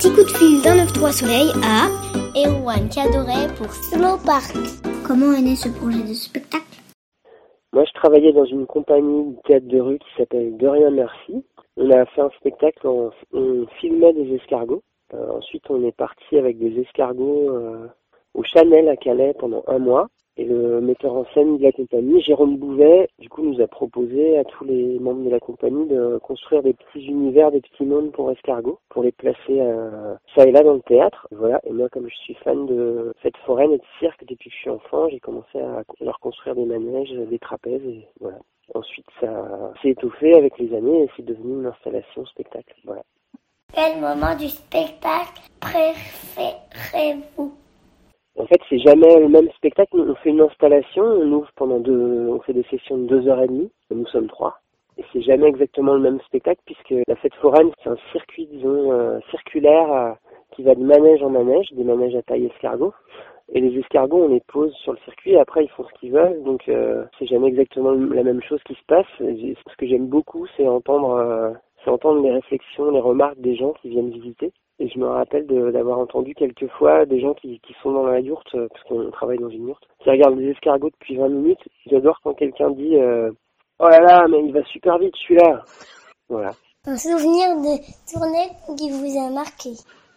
petit coup de fil d'un 9-3 Soleil à Erwan Cadoret pour Slow Park. Comment est né ce projet de spectacle? Moi, je travaillais dans une compagnie de théâtre de rue qui s'appelle De Rien Merci. On a fait un spectacle, on filmait des escargots. Ensuite, on est parti avec des escargots au Chanel à Calais pendant 1 mois. Et le metteur en scène de la compagnie, Jérôme Bouvet, du coup, nous a proposé à tous les membres de la compagnie de construire des petits univers, des petits mondes pour escargots, pour les placer ça et là dans le théâtre. Voilà. Et moi, comme je suis fan de fêtes foraines et de cirque depuis que je suis enfant, j'ai commencé à leur construire des manèges, des trapèzes, et voilà. Ensuite, ça s'est étoffé avec les années et c'est devenu une installation spectacle. Voilà. Quel moment du spectacle préférez-vous? En fait, c'est jamais le même spectacle. On fait une installation, on ouvre on fait des sessions de 2h30. Nous sommes 3. Et c'est jamais exactement le même spectacle puisque la fête foraine, c'est un circuit, circulaire qui va de manège en manège, des manèges à taille escargot. Et les escargots, on les pose sur le circuit et après ils font ce qu'ils veulent. Donc c'est jamais exactement la même chose qui se passe. Et ce que j'aime beaucoup, c'est entendre les réflexions, les remarques des gens qui viennent visiter. Et je me rappelle d'avoir entendu quelques fois des gens qui sont dans la yourte, parce qu'on travaille dans une yourte, qui regardent les escargots depuis 20 minutes. J'adore quand quelqu'un dit oh là là, mais il va super vite celui-là. Voilà. Un souvenir de tournée qui vous a marqué?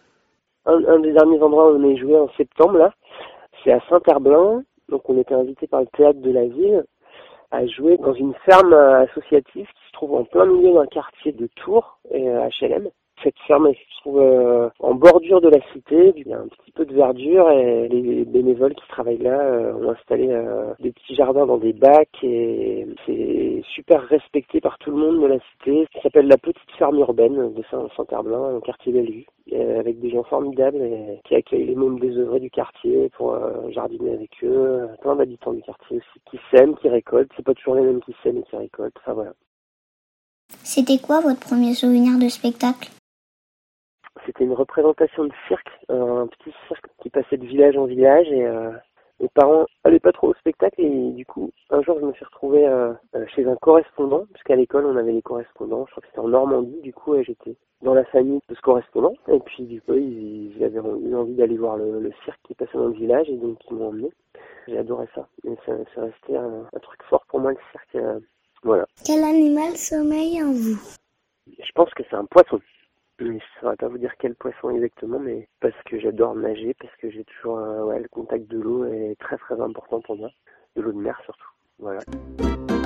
Un des derniers endroits où on est joué en septembre, là, c'est à Saint-Herblain. Donc on était invité par le théâtre de la ville à jouer dans une ferme associative qui se trouve en plein milieu d'un quartier de Tours et HLM. Cette ferme elle se trouve en bordure de la cité, il y a un petit peu de verdure et les bénévoles qui travaillent là ont installé des petits jardins dans des bacs et c'est super respecté par tout le monde de la cité. Ça s'appelle la petite ferme urbaine de Saint-Herblain, au quartier Bellevue, avec des gens formidables et qui accueillent les mômes désœuvrés du quartier pour jardiner avec eux, plein d'habitants du quartier aussi qui sèment, qui récoltent, c'est pas toujours les mêmes qui sèment et qui récoltent, enfin voilà. C'était quoi votre premier souvenir de spectacle? C'était une représentation de cirque, un petit cirque qui passait de village en village et mes parents allaient pas trop au spectacle et du coup un jour je me suis retrouvé chez un correspondant, puisqu'à l'école on avait les correspondants, je crois que c'était en Normandie, du coup j'étais dans la famille de ce correspondant et puis du coup ils avaient eu envie d'aller voir le cirque qui passait dans le village et donc ils m'ont emmené. J'ai adoré ça, et c'est resté un truc fort pour moi le cirque, voilà. Quel animal sommeille en vous? Je pense que c'est un poisson. Mais je ne saurais pas vous dire quel poisson exactement, mais parce que j'adore nager, parce que j'ai toujours le contact de l'eau est très très important pour moi, de l'eau de mer surtout. Voilà.